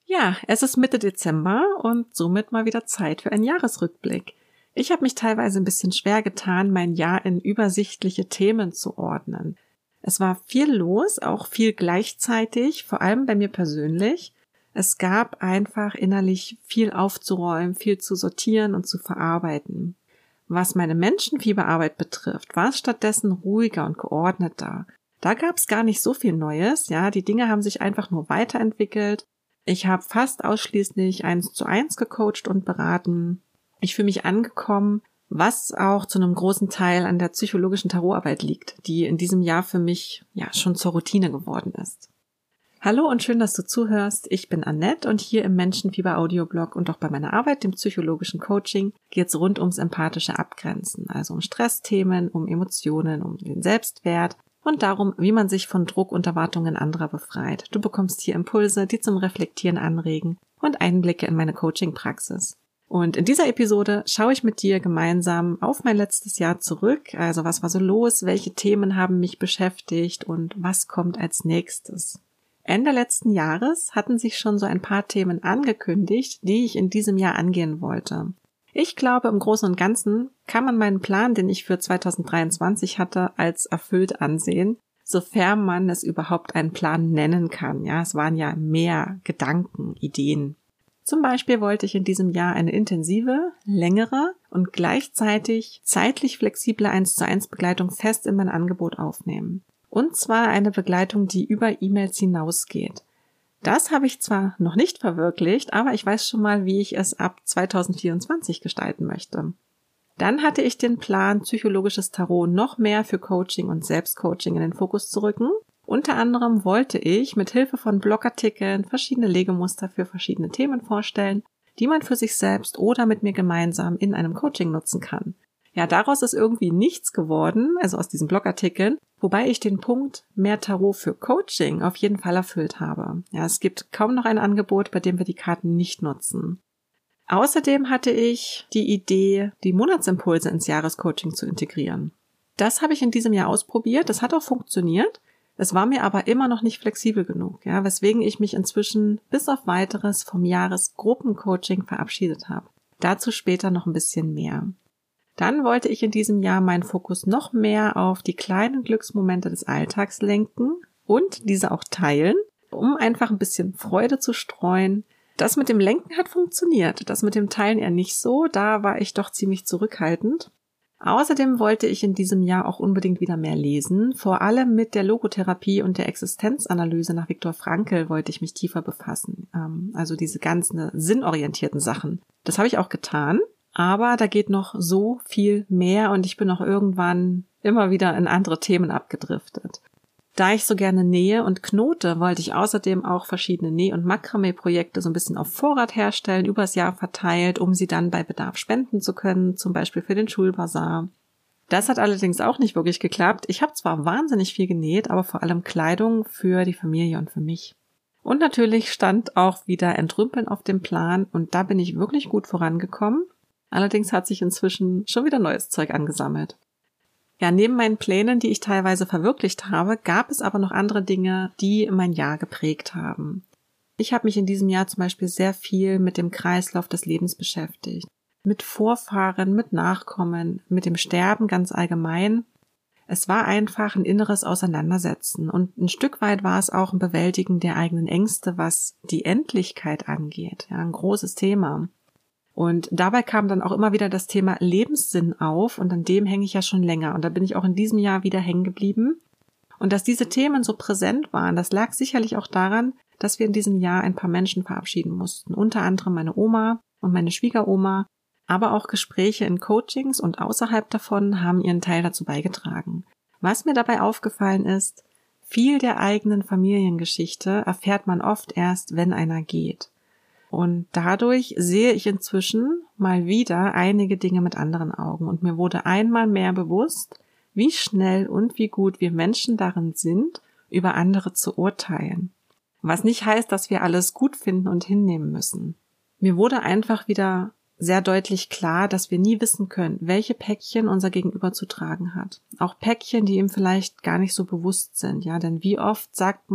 Ja, es ist Mitte Dezember und somit mal wieder Zeit für einen Jahresrückblick. Ich habe mich teilweise ein bisschen schwer getan, mein Jahr in übersichtliche Themen zu ordnen. Es war viel los, auch viel gleichzeitig, vor allem bei mir persönlich. Es gab einfach innerlich viel aufzuräumen, viel zu sortieren und zu verarbeiten. Was meine Menschenfieberarbeit betrifft, war es stattdessen ruhiger und geordneter. Da gab es gar nicht so viel Neues, ja, die Dinge haben sich einfach nur weiterentwickelt. Ich habe fast ausschließlich 1:1 gecoacht und beraten. Ich fühle mich angekommen, was auch zu einem großen Teil an der psychologischen Tarotarbeit liegt, die in diesem Jahr für mich ja schon zur Routine geworden ist. Hallo und schön, dass du zuhörst. Ich bin Annette und hier im Menschenfieber-Audioblog und auch bei meiner Arbeit, dem psychologischen Coaching, geht es rund ums empathische Abgrenzen, also um Stressthemen, um Emotionen, um den Selbstwert und darum, wie man sich von Druck und Erwartungen anderer befreit. Du bekommst hier Impulse, die zum Reflektieren anregen und Einblicke in meine Coaching-Praxis. Und in dieser Episode schaue ich mit dir gemeinsam auf mein letztes Jahr zurück. Also was war so los, welche Themen haben mich beschäftigt und was kommt als nächstes. Ende letzten Jahres hatten sich schon so ein paar Themen angekündigt, die ich in diesem Jahr angehen wollte. Ich glaube, im Großen und Ganzen kann man meinen Plan, den ich für 2023 hatte, als erfüllt ansehen, sofern man es überhaupt einen Plan nennen kann. Ja, es waren ja mehr Gedanken, Ideen. Zum Beispiel wollte ich in diesem Jahr eine intensive, längere und gleichzeitig zeitlich flexible 1:1 Begleitung fest in mein Angebot aufnehmen. Und zwar eine Begleitung, die über E-Mails hinausgeht. Das habe ich zwar noch nicht verwirklicht, aber ich weiß schon mal, wie ich es ab 2024 gestalten möchte. Dann hatte ich den Plan, psychologisches Tarot noch mehr für Coaching und Selbstcoaching in den Fokus zu rücken. Unter anderem wollte ich mit Hilfe von Blogartikeln verschiedene Legemuster für verschiedene Themen vorstellen, die man für sich selbst oder mit mir gemeinsam in einem Coaching nutzen kann. Ja, daraus ist irgendwie nichts geworden, also aus diesen Blogartikeln, wobei ich den Punkt mehr Tarot für Coaching auf jeden Fall erfüllt habe. Ja, es gibt kaum noch ein Angebot, bei dem wir die Karten nicht nutzen. Außerdem hatte ich die Idee, die Monatsimpulse ins Jahrescoaching zu integrieren. Das habe ich in diesem Jahr ausprobiert, das hat auch funktioniert. Es war mir aber immer noch nicht flexibel genug, ja, weswegen ich mich inzwischen bis auf Weiteres vom Jahresgruppencoaching verabschiedet habe. Dazu später noch ein bisschen mehr. Dann wollte ich in diesem Jahr meinen Fokus noch mehr auf die kleinen Glücksmomente des Alltags lenken und diese auch teilen, um einfach ein bisschen Freude zu streuen. Das mit dem Lenken hat funktioniert, das mit dem Teilen eher nicht so, da war ich doch ziemlich zurückhaltend. Außerdem wollte ich in diesem Jahr auch unbedingt wieder mehr lesen. Vor allem mit der Logotherapie und der Existenzanalyse nach Viktor Frankl wollte ich mich tiefer befassen. Also diese ganzen sinnorientierten Sachen. Das habe ich auch getan. Aber da geht noch so viel mehr und ich bin auch irgendwann immer wieder in andere Themen abgedriftet. Da ich so gerne nähe und knote, wollte ich außerdem auch verschiedene Näh- und Makramee-Projekte so ein bisschen auf Vorrat herstellen, übers Jahr verteilt, um sie dann bei Bedarf spenden zu können, zum Beispiel für den Schulbasar. Das hat allerdings auch nicht wirklich geklappt. Ich habe zwar wahnsinnig viel genäht, aber vor allem Kleidung für die Familie und für mich. Und natürlich stand auch wieder Entrümpeln auf dem Plan und da bin ich wirklich gut vorangekommen. Allerdings hat sich inzwischen schon wieder neues Zeug angesammelt. Ja, neben meinen Plänen, die ich teilweise verwirklicht habe, gab es aber noch andere Dinge, die mein Jahr geprägt haben. Ich habe mich in diesem Jahr zum Beispiel sehr viel mit dem Kreislauf des Lebens beschäftigt. Mit Vorfahren, mit Nachkommen, mit dem Sterben ganz allgemein. Es war einfach ein inneres Auseinandersetzen und ein Stück weit war es auch ein Bewältigen der eigenen Ängste, was die Endlichkeit angeht. Ja, ein großes Thema. Und dabei kam dann auch immer wieder das Thema Lebenssinn auf und an dem hänge ich ja schon länger. Und da bin ich auch in diesem Jahr wieder hängen geblieben. Und dass diese Themen so präsent waren, das lag sicherlich auch daran, dass wir in diesem Jahr ein paar Menschen verabschieden mussten. Unter anderem meine Oma und meine Schwiegeroma. Aber auch Gespräche in Coachings und außerhalb davon haben ihren Teil dazu beigetragen. Was mir dabei aufgefallen ist, viel der eigenen Familiengeschichte erfährt man oft erst, wenn einer geht. Und dadurch sehe ich inzwischen mal wieder einige Dinge mit anderen Augen. Und mir wurde einmal mehr bewusst, wie schnell und wie gut wir Menschen darin sind, über andere zu urteilen. Was nicht heißt, dass wir alles gut finden und hinnehmen müssen. Mir wurde einfach wieder sehr deutlich klar, dass wir nie wissen können, welche Päckchen unser Gegenüber zu tragen hat. Auch Päckchen, die ihm vielleicht gar nicht so bewusst sind, ja, denn wie oft sagt man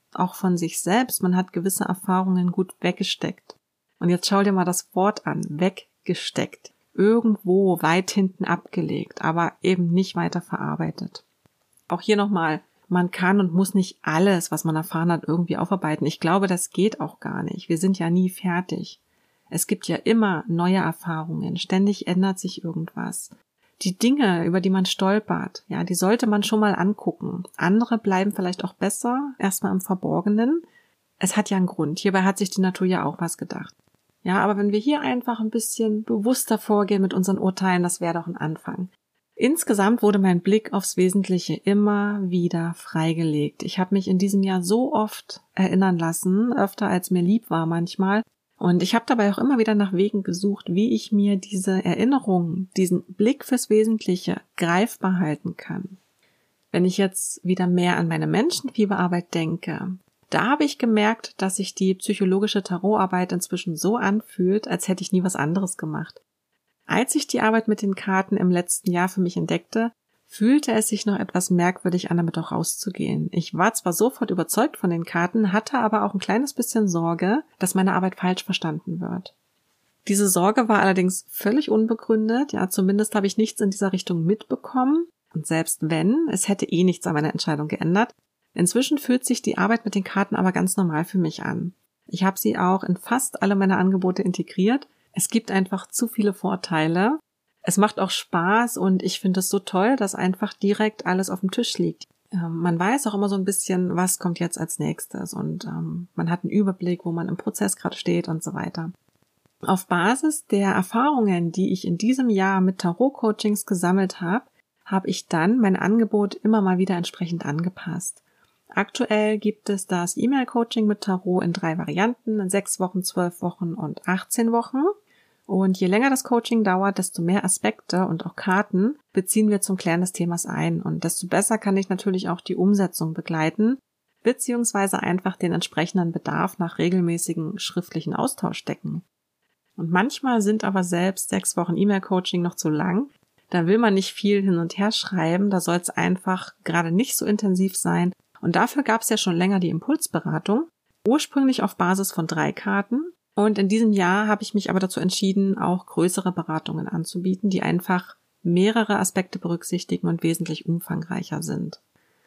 auch von sich selbst. Man hat gewisse Erfahrungen gut weggesteckt. Und jetzt schau dir mal das Wort an, weggesteckt. Irgendwo weit hinten abgelegt, aber eben nicht weiter verarbeitet. Auch hier nochmal, man kann und muss nicht alles, was man erfahren hat, irgendwie aufarbeiten. Ich glaube, das geht auch gar nicht. Wir sind ja nie fertig. Es gibt ja immer neue Erfahrungen. Ständig ändert sich irgendwas. Die Dinge, über die man stolpert, ja, die sollte man schon mal angucken. Andere bleiben vielleicht auch besser, erstmal im Verborgenen. Es hat ja einen Grund. Hierbei hat sich die Natur ja auch was gedacht. Ja, aber wenn wir hier einfach ein bisschen bewusster vorgehen mit unseren Urteilen, das wäre doch ein Anfang. Insgesamt wurde mein Blick aufs Wesentliche immer wieder freigelegt. Ich habe mich in diesem Jahr so oft erinnern lassen, öfter als mir lieb war manchmal. Und ich habe dabei auch immer wieder nach Wegen gesucht, wie ich mir diese Erinnerung, diesen Blick fürs Wesentliche greifbar halten kann. Wenn ich jetzt wieder mehr an meine Menschenfieberarbeit denke, da habe ich gemerkt, dass sich die psychologische Tarotarbeit inzwischen so anfühlt, als hätte ich nie was anderes gemacht. Als ich die Arbeit mit den Karten im letzten Jahr für mich entdeckte, fühlte es sich noch etwas merkwürdig an, damit auch rauszugehen. Ich war zwar sofort überzeugt von den Karten, hatte aber auch ein kleines bisschen Sorge, dass meine Arbeit falsch verstanden wird. Diese Sorge war allerdings völlig unbegründet, ja, zumindest habe ich nichts in dieser Richtung mitbekommen. Und selbst wenn, es hätte eh nichts an meiner Entscheidung geändert. Inzwischen fühlt sich die Arbeit mit den Karten aber ganz normal für mich an. Ich habe sie auch in fast alle meine Angebote integriert. Es gibt einfach zu viele Vorteile. Es macht auch Spaß und ich finde es so toll, dass einfach direkt alles auf dem Tisch liegt. Man weiß auch immer so ein bisschen, was kommt jetzt als nächstes und man hat einen Überblick, wo man im Prozess gerade steht und so weiter. Auf Basis der Erfahrungen, die ich in diesem Jahr mit Tarot-Coachings gesammelt habe, habe ich dann mein Angebot immer mal wieder entsprechend angepasst. Aktuell gibt es das E-Mail-Coaching mit Tarot in 3 Varianten, in 6 Wochen, 12 Wochen und 18 Wochen. Und je länger das Coaching dauert, desto mehr Aspekte und auch Karten beziehen wir zum Klären des Themas ein. Und desto besser kann ich natürlich auch die Umsetzung begleiten, beziehungsweise einfach den entsprechenden Bedarf nach regelmäßigen schriftlichen Austausch decken. Und manchmal sind aber selbst 6 Wochen E-Mail-Coaching noch zu lang. Da will man nicht viel hin und her schreiben, da soll es einfach gerade nicht so intensiv sein. Und dafür gab es ja schon länger die Impulsberatung, ursprünglich auf Basis von 3 Karten. Und in diesem Jahr habe ich mich aber dazu entschieden, auch größere Beratungen anzubieten, die einfach mehrere Aspekte berücksichtigen und wesentlich umfangreicher sind.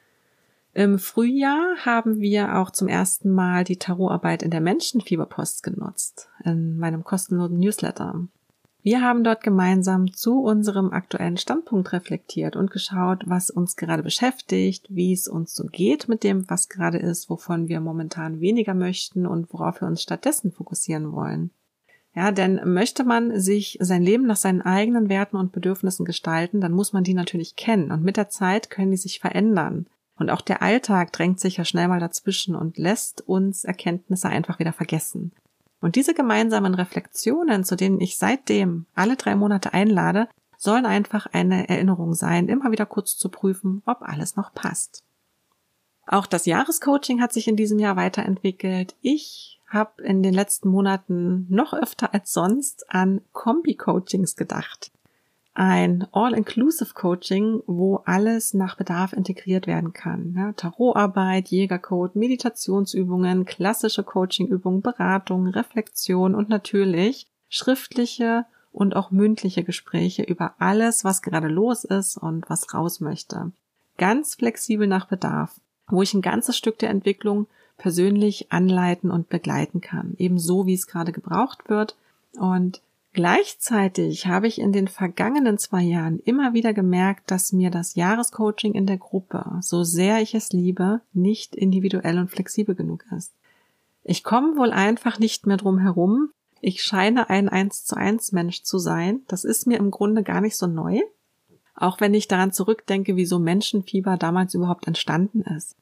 Im Frühjahr haben wir auch zum ersten Mal die Tarotarbeit in der Menschenfieberpost genutzt, in meinem kostenlosen Newsletter. Wir haben dort gemeinsam zu unserem aktuellen Standpunkt reflektiert und geschaut, was uns gerade beschäftigt, wie es uns so geht mit dem, was gerade ist, wovon wir momentan weniger möchten und worauf wir uns stattdessen fokussieren wollen. Ja, denn möchte man sich sein Leben nach seinen eigenen Werten und Bedürfnissen gestalten, dann muss man die natürlich kennen und mit der Zeit können die sich verändern. Und auch der Alltag drängt sich ja schnell mal dazwischen und lässt uns Erkenntnisse einfach wieder vergessen. Und diese gemeinsamen Reflexionen, zu denen ich seitdem alle 3 Monate einlade, sollen einfach eine Erinnerung sein, immer wieder kurz zu prüfen, ob alles noch passt. Auch das Jahrescoaching hat sich in diesem Jahr weiterentwickelt. Ich habe in den letzten Monaten noch öfter als sonst an Kombi-Coachings gedacht. Ein All-Inclusive-Coaching, wo alles nach Bedarf integriert werden kann. Ja, Tarotarbeit, Jägercode, Meditationsübungen, klassische Coachingübungen, Beratung, Reflexion und natürlich schriftliche und auch mündliche Gespräche über alles, was gerade los ist und was raus möchte. Ganz flexibel nach Bedarf, wo ich ein ganzes Stück der Entwicklung persönlich anleiten und begleiten kann, ebenso wie es gerade gebraucht wird. Und gleichzeitig habe ich in den vergangenen 2 Jahren immer wieder gemerkt, dass mir das Jahrescoaching in der Gruppe, so sehr ich es liebe, nicht individuell und flexibel genug ist. Ich komme wohl einfach nicht mehr drum herum. Ich scheine ein 1:1 Mensch zu sein. Das ist mir im Grunde gar nicht so neu. Auch wenn ich daran zurückdenke, wieso Menschenfieber damals überhaupt entstanden ist.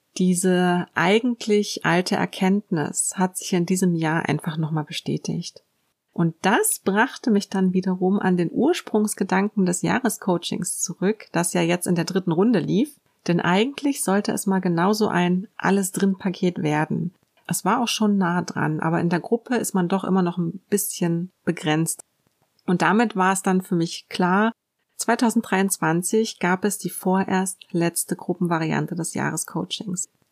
Diese eigentlich alte Erkenntnis hat sich in diesem Jahr einfach nochmal bestätigt. Und das brachte mich dann wiederum an den Ursprungsgedanken des Jahrescoachings zurück, das ja jetzt in der 3. Runde lief. Denn eigentlich sollte es mal genauso ein Alles-Drin-Paket werden. Es war auch schon nah dran, aber in der Gruppe ist man doch immer noch ein bisschen begrenzt. Und damit war es dann für mich klar, 2023 gab es die vorerst letzte Gruppenvariante des Jahrescoachings.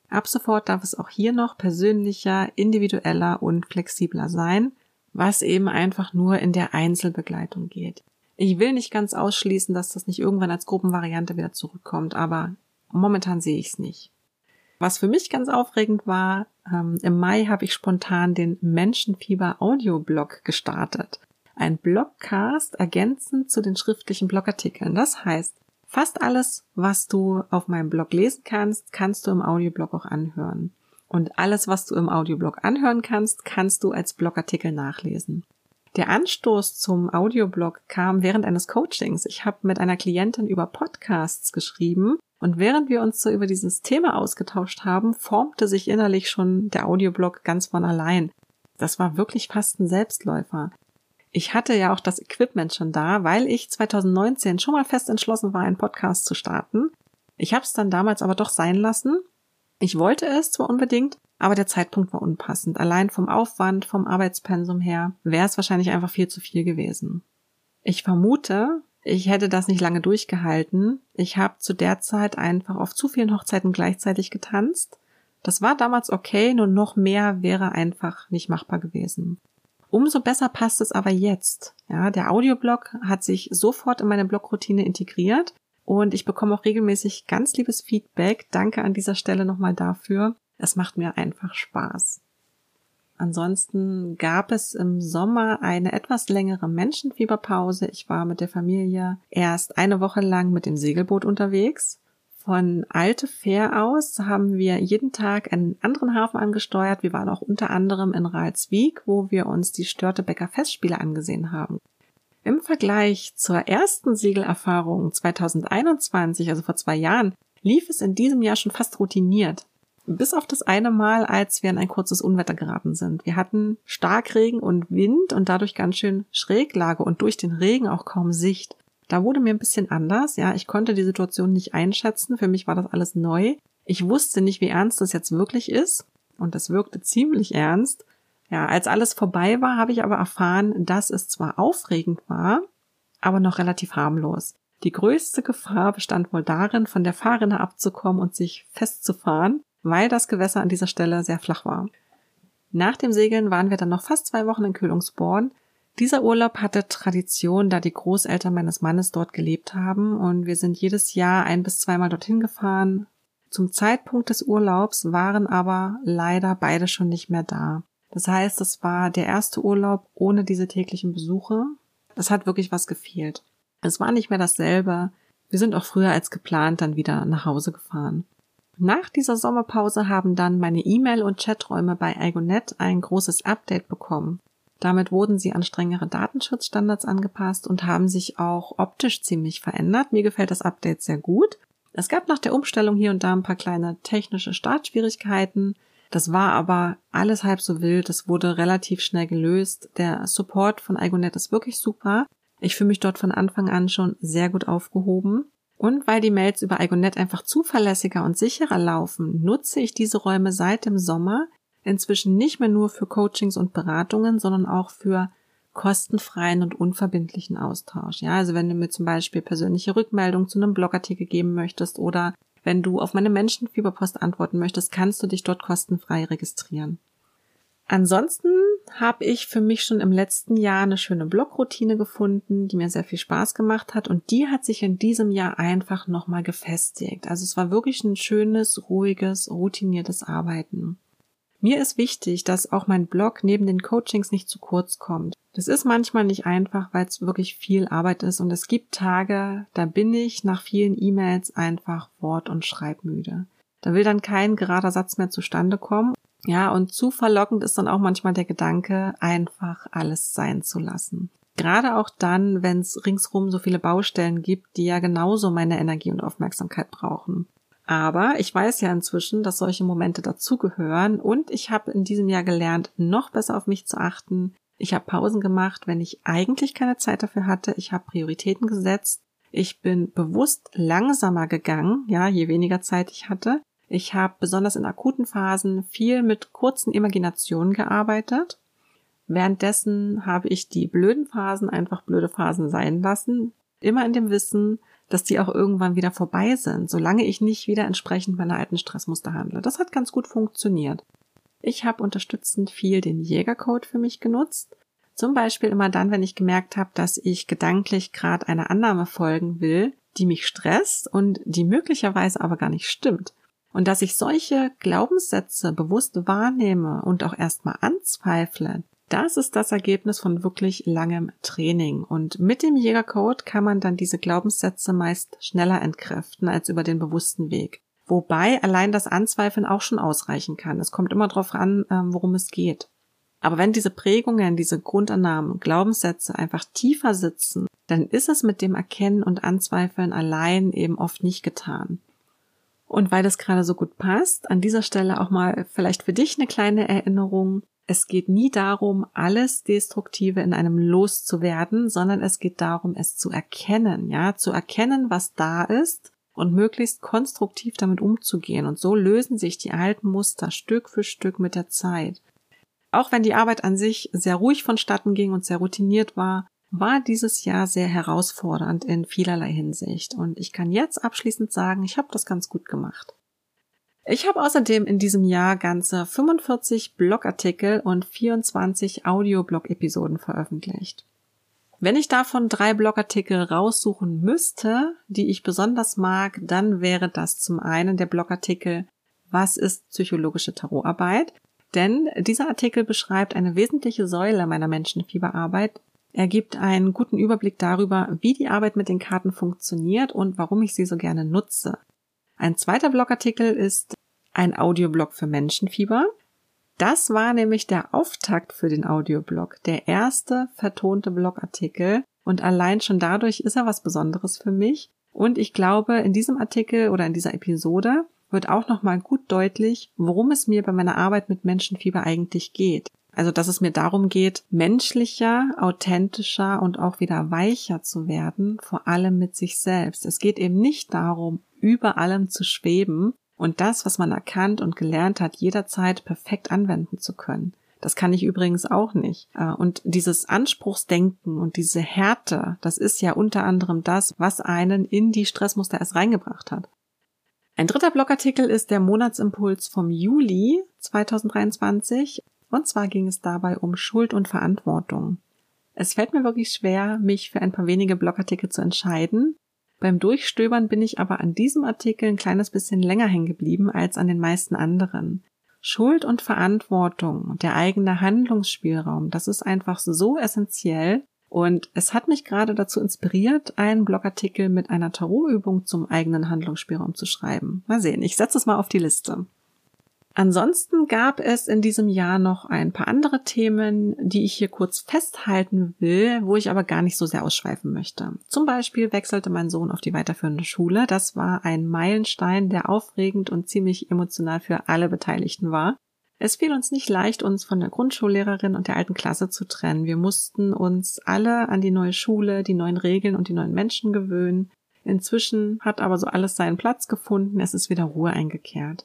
Ab sofort darf es auch hier noch persönlicher, individueller und flexibler sein, was eben einfach nur in der Einzelbegleitung geht. Ich will nicht ganz ausschließen, dass das nicht irgendwann als Gruppenvariante wieder zurückkommt, aber momentan sehe ich es nicht. Was für mich ganz aufregend war, im Mai habe ich spontan den Menschenfieber-Audioblog gestartet. Ein Blogcast ergänzend zu den schriftlichen Blogartikeln. Das heißt, fast alles, was du auf meinem Blog lesen kannst, kannst du im Audioblog auch anhören. Und alles, was du im Audioblog anhören kannst, kannst du als Blogartikel nachlesen. Der Anstoß zum Audioblog kam während eines Coachings. Ich habe mit einer Klientin über Podcasts geschrieben und während wir uns so über dieses Thema ausgetauscht haben, formte sich innerlich schon der Audioblog ganz von allein. Das war wirklich fast ein Selbstläufer. Ich hatte ja auch das Equipment schon da, weil ich 2019 schon mal fest entschlossen war, einen Podcast zu starten. Ich habe es dann damals aber doch sein lassen. Ich wollte es zwar unbedingt, aber der Zeitpunkt war unpassend. Allein vom Aufwand, vom Arbeitspensum her wäre es wahrscheinlich einfach viel zu viel gewesen. Ich vermute, ich hätte das nicht lange durchgehalten. Ich habe zu der Zeit einfach auf zu vielen Hochzeiten gleichzeitig getanzt. Das war damals okay, nur noch mehr wäre einfach nicht machbar gewesen. Umso besser passt es aber jetzt. Ja, der Audioblog hat sich sofort in meine Blogroutine integriert und ich bekomme auch regelmäßig ganz liebes Feedback. Danke an dieser Stelle nochmal dafür. Es macht mir einfach Spaß. Ansonsten gab es im Sommer eine etwas längere Menschenfieberpause. Ich war mit der Familie erst eine Woche lang mit dem Segelboot unterwegs. Von Alte Fähr aus haben wir jeden Tag einen anderen Hafen angesteuert. Wir waren auch unter anderem in Ralswiek, wo wir uns die Störtebeker Festspiele angesehen haben. Im Vergleich zur ersten Segelerfahrung 2021, also vor 2 Jahren, lief es in diesem Jahr schon fast routiniert. Bis auf das eine Mal, als wir in ein kurzes Unwetter geraten sind. Wir hatten Starkregen und Wind und dadurch ganz schön Schräglage und durch den Regen auch kaum Sicht. Da wurde mir ein bisschen anders, ja, ich konnte die Situation nicht einschätzen, für mich war das alles neu. Ich wusste nicht, wie ernst das jetzt wirklich ist und das wirkte ziemlich ernst. Ja, als alles vorbei war, habe ich aber erfahren, dass es zwar aufregend war, aber noch relativ harmlos. Die größte Gefahr bestand wohl darin, von der Fahrrinne abzukommen und sich festzufahren, weil das Gewässer an dieser Stelle sehr flach war. Nach dem Segeln waren wir dann noch fast 2 Wochen in Köhlungsborn. Dieser Urlaub hatte Tradition, da die Großeltern meines Mannes dort gelebt haben und wir sind jedes Jahr 1- bis 2-mal dorthin gefahren. Zum Zeitpunkt des Urlaubs waren aber leider beide schon nicht mehr da. Das heißt, es war der erste Urlaub ohne diese täglichen Besuche. Es hat wirklich was gefehlt. Es war nicht mehr dasselbe. Wir sind auch früher als geplant dann wieder nach Hause gefahren. Nach dieser Sommerpause haben dann meine E-Mail- und Chaträume bei Igonet ein großes Update bekommen. Damit wurden sie an strengere Datenschutzstandards angepasst und haben sich auch optisch ziemlich verändert. Mir gefällt das Update sehr gut. Es gab nach der Umstellung hier und da ein paar kleine technische Startschwierigkeiten. Das war aber alles halb so wild. Es wurde relativ schnell gelöst. Der Support von Igonet ist wirklich super. Ich fühle mich dort von Anfang an schon sehr gut aufgehoben. Und weil die Mails über Igonet einfach zuverlässiger und sicherer laufen, nutze ich diese Räume seit dem Sommer inzwischen nicht mehr nur für Coachings und Beratungen, sondern auch für kostenfreien und unverbindlichen Austausch. Ja, also wenn du mir zum Beispiel persönliche Rückmeldungen zu einem Blogartikel geben möchtest oder wenn du auf meine Menschenfieberpost antworten möchtest, kannst du dich dort kostenfrei registrieren. Ansonsten habe ich für mich schon im letzten Jahr eine schöne Blogroutine gefunden, die mir sehr viel Spaß gemacht hat und die hat sich in diesem Jahr einfach nochmal gefestigt. Also es war wirklich ein schönes, ruhiges, routiniertes Arbeiten. Mir ist wichtig, dass auch mein Blog neben den Coachings nicht zu kurz kommt. Das ist manchmal nicht einfach, weil es wirklich viel Arbeit ist und es gibt Tage, da bin ich nach vielen E-Mails einfach wort- und schreibmüde. Da will dann kein gerader Satz mehr zustande kommen. Ja, und zu verlockend ist dann auch manchmal der Gedanke, einfach alles sein zu lassen. Gerade auch dann, wenn es ringsrum so viele Baustellen gibt, die ja genauso meine Energie und Aufmerksamkeit brauchen. Aber ich weiß ja inzwischen, dass solche Momente dazugehören und ich habe in diesem Jahr gelernt, noch besser auf mich zu achten. Ich habe Pausen gemacht, wenn ich eigentlich keine Zeit dafür hatte. Ich habe Prioritäten gesetzt. Ich bin bewusst langsamer gegangen, ja, je weniger Zeit ich hatte. Ich habe besonders in akuten Phasen viel mit kurzen Imaginationen gearbeitet. Währenddessen habe ich die blöden Phasen einfach blöde Phasen sein lassen. Immer in dem Wissen, dass die auch irgendwann wieder vorbei sind, solange ich nicht wieder entsprechend meiner alten Stressmuster handle. Das hat ganz gut funktioniert. Ich habe unterstützend viel den Jägercode für mich genutzt. Zum Beispiel immer dann, wenn ich gemerkt habe, dass ich gedanklich gerade einer Annahme folgen will, die mich stresst und die möglicherweise aber gar nicht stimmt. Und dass ich solche Glaubenssätze bewusst wahrnehme und auch erstmal anzweifle, das ist das Ergebnis von wirklich langem Training. Und mit dem Jägercode kann man dann diese Glaubenssätze meist schneller entkräften als über den bewussten Weg. Wobei allein das Anzweifeln auch schon ausreichen kann. Es kommt immer darauf an, worum es geht. Aber wenn diese Prägungen, diese Grundannahmen, Glaubenssätze einfach tiefer sitzen, dann ist es mit dem Erkennen und Anzweifeln allein eben oft nicht getan. Und weil das gerade so gut passt, an dieser Stelle auch mal vielleicht für dich eine kleine Erinnerung. Es geht nie darum, alles Destruktive in einem loszuwerden, sondern es geht darum, es zu erkennen, zu erkennen, was da ist und möglichst konstruktiv damit umzugehen. Und so lösen sich die alten Muster Stück für Stück mit der Zeit. Auch wenn die Arbeit an sich sehr ruhig vonstatten ging und sehr routiniert war dieses Jahr sehr herausfordernd in vielerlei Hinsicht. Und ich kann jetzt abschließend sagen, ich habe das ganz gut gemacht. Ich habe außerdem in diesem Jahr ganze 45 Blogartikel und 24 Audioblog-Episoden veröffentlicht. Wenn ich davon 3 Blogartikel raussuchen müsste, die ich besonders mag, dann wäre das zum einen der Blogartikel Was ist psychologische Tarotarbeit? Denn dieser Artikel beschreibt eine wesentliche Säule meiner Menschenfieberarbeit. Er gibt einen guten Überblick darüber, wie die Arbeit mit den Karten funktioniert und warum ich sie so gerne nutze. Ein zweiter Blogartikel ist ein Audioblog für Menschenfieber. Das war nämlich der Auftakt für den Audioblog, der erste vertonte Blogartikel. Und allein schon dadurch ist er was Besonderes für mich. Und ich glaube, in diesem Artikel oder in dieser Episode wird auch nochmal gut deutlich, worum es mir bei meiner Arbeit mit Menschenfieber eigentlich geht. Also, dass es mir darum geht, menschlicher, authentischer und auch wieder weicher zu werden, vor allem mit sich selbst. Es geht eben nicht darum, über allem zu schweben und das, was man erkannt und gelernt hat, jederzeit perfekt anwenden zu können. Das kann ich übrigens auch nicht. Und dieses Anspruchsdenken und diese Härte, das ist ja unter anderem das, was einen in die Stressmuster erst reingebracht hat. Ein dritter Blogartikel ist der Monatsimpuls vom Juli 2023. Und zwar ging es dabei um Schuld und Verantwortung. Es fällt mir wirklich schwer, mich für ein paar wenige Blogartikel zu entscheiden. Beim Durchstöbern bin ich aber an diesem Artikel ein kleines bisschen länger hängen geblieben als an den meisten anderen. Schuld und Verantwortung, der eigene Handlungsspielraum, das ist einfach so essentiell. Und es hat mich gerade dazu inspiriert, einen Blogartikel mit einer Tarotübung zum eigenen Handlungsspielraum zu schreiben. Mal sehen, ich setze es mal auf die Liste. Ansonsten gab es in diesem Jahr noch ein paar andere Themen, die ich hier kurz festhalten will, wo ich aber gar nicht so sehr ausschweifen möchte. Zum Beispiel wechselte mein Sohn auf die weiterführende Schule. Das war ein Meilenstein, der aufregend und ziemlich emotional für alle Beteiligten war. Es fiel uns nicht leicht, uns von der Grundschullehrerin und der alten Klasse zu trennen. Wir mussten uns alle an die neue Schule, die neuen Regeln und die neuen Menschen gewöhnen. Inzwischen hat aber so alles seinen Platz gefunden. Es ist wieder Ruhe eingekehrt.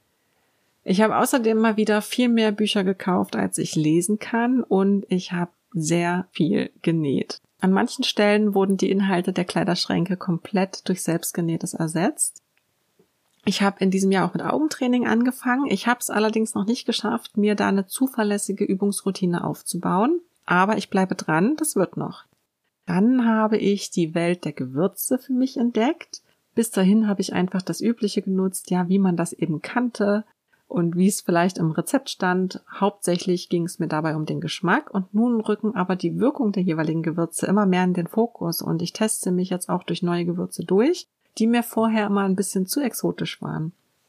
Ich habe außerdem mal wieder viel mehr Bücher gekauft, als ich lesen kann, und ich habe sehr viel genäht. An manchen Stellen wurden die Inhalte der Kleiderschränke komplett durch Selbstgenähtes ersetzt. Ich habe in diesem Jahr auch mit Augentraining angefangen. Ich habe es allerdings noch nicht geschafft, mir da eine zuverlässige Übungsroutine aufzubauen. Aber ich bleibe dran, das wird noch. Dann habe ich die Welt der Gewürze für mich entdeckt. Bis dahin habe ich einfach das Übliche genutzt, wie man das eben kannte und wie es vielleicht im Rezept stand. Hauptsächlich ging es mir dabei um den Geschmack und nun rücken aber die Wirkung der jeweiligen Gewürze immer mehr in den Fokus und ich teste mich jetzt auch durch neue Gewürze durch, die mir vorher immer ein bisschen zu exotisch waren.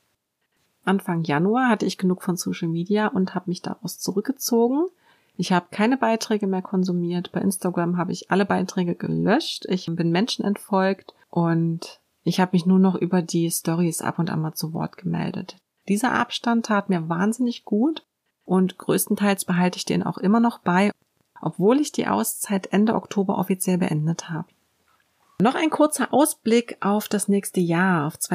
Anfang Januar hatte ich genug von Social Media und habe mich daraus zurückgezogen. Ich habe keine Beiträge mehr konsumiert. Bei Instagram habe ich alle Beiträge gelöscht. Ich bin Menschen entfolgt und ich habe mich nur noch über die Stories ab und an mal zu Wort gemeldet. Dieser Abstand tat mir wahnsinnig gut und größtenteils behalte ich den auch immer noch bei, obwohl ich die Auszeit Ende Oktober offiziell beendet habe. Noch ein kurzer Ausblick auf das nächste Jahr, auf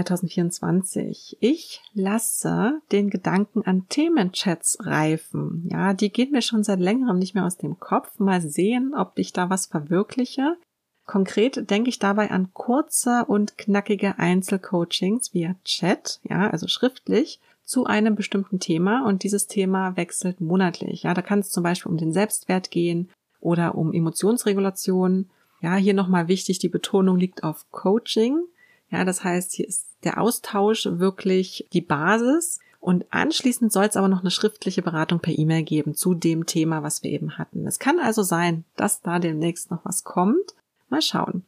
2024. Ich lasse den Gedanken an Themenchats reifen. Die gehen mir schon seit längerem nicht mehr aus dem Kopf. Mal sehen, ob ich da was verwirkliche. Konkret denke ich dabei an kurze und knackige Einzelcoachings via Chat, ja, also schriftlich, zu einem bestimmten Thema, und dieses Thema wechselt monatlich. Ja, da kann es zum Beispiel um den Selbstwert gehen oder um Emotionsregulation. Ja, hier nochmal wichtig, die Betonung liegt auf Coaching. Ja, das heißt, hier ist der Austausch wirklich die Basis, und anschließend soll es aber noch eine schriftliche Beratung per E-Mail geben zu dem Thema, was wir eben hatten. Es kann also sein, dass da demnächst noch was kommt. Mal schauen.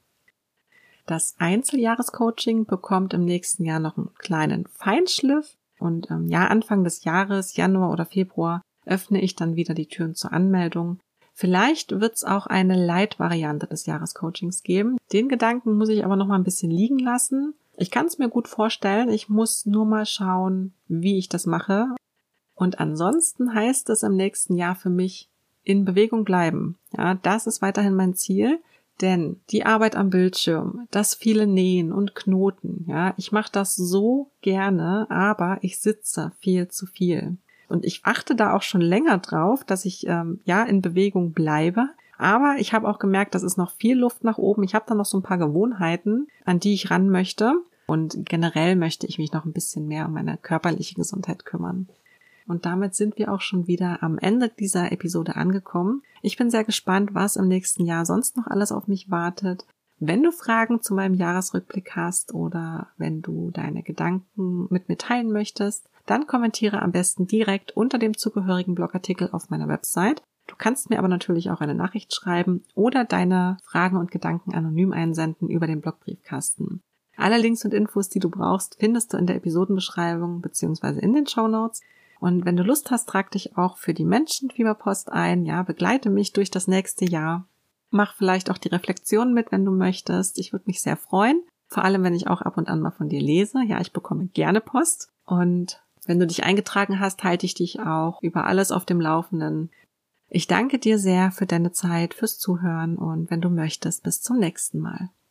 Das Einzeljahrescoaching bekommt im nächsten Jahr noch einen kleinen Feinschliff, und Anfang des Jahres, Januar oder Februar, öffne ich dann wieder die Türen zur Anmeldung. Vielleicht wird es auch eine Light-Variante des Jahrescoachings geben. Den Gedanken muss ich aber noch mal ein bisschen liegen lassen. Ich kann es mir gut vorstellen, ich muss nur mal schauen, wie ich das mache. Und ansonsten heißt es im nächsten Jahr für mich, in Bewegung bleiben. Ja, das ist weiterhin mein Ziel, denn die Arbeit am Bildschirm, das viele Nähen und Knoten, ja, ich mache das so gerne, aber ich sitze viel zu viel. Und ich achte da auch schon länger drauf, dass ich in Bewegung bleibe. Aber ich habe auch gemerkt, das ist noch viel Luft nach oben. Ich habe da noch so ein paar Gewohnheiten, an die ich ran möchte. Und generell möchte ich mich noch ein bisschen mehr um meine körperliche Gesundheit kümmern. Und damit sind wir auch schon wieder am Ende dieser Episode angekommen. Ich bin sehr gespannt, was im nächsten Jahr sonst noch alles auf mich wartet. Wenn du Fragen zu meinem Jahresrückblick hast oder wenn du deine Gedanken mit mir teilen möchtest, dann kommentiere am besten direkt unter dem zugehörigen Blogartikel auf meiner Website. Du kannst mir aber natürlich auch eine Nachricht schreiben oder deine Fragen und Gedanken anonym einsenden über den Blogbriefkasten. Alle Links und Infos, die du brauchst, findest du in der Episodenbeschreibung bzw. in den Shownotes. Und wenn du Lust hast, trag dich auch für die Menschenfieberpost ein. Ja, begleite mich durch das nächste Jahr. Mach vielleicht auch die Reflexion mit, wenn du möchtest. Ich würde mich sehr freuen. Vor allem, wenn ich auch ab und an mal von dir lese. Ja, ich bekomme gerne Post. Und wenn du dich eingetragen hast, halte ich dich auch über alles auf dem Laufenden. Ich danke dir sehr für deine Zeit, fürs Zuhören, und wenn du möchtest, bis zum nächsten Mal.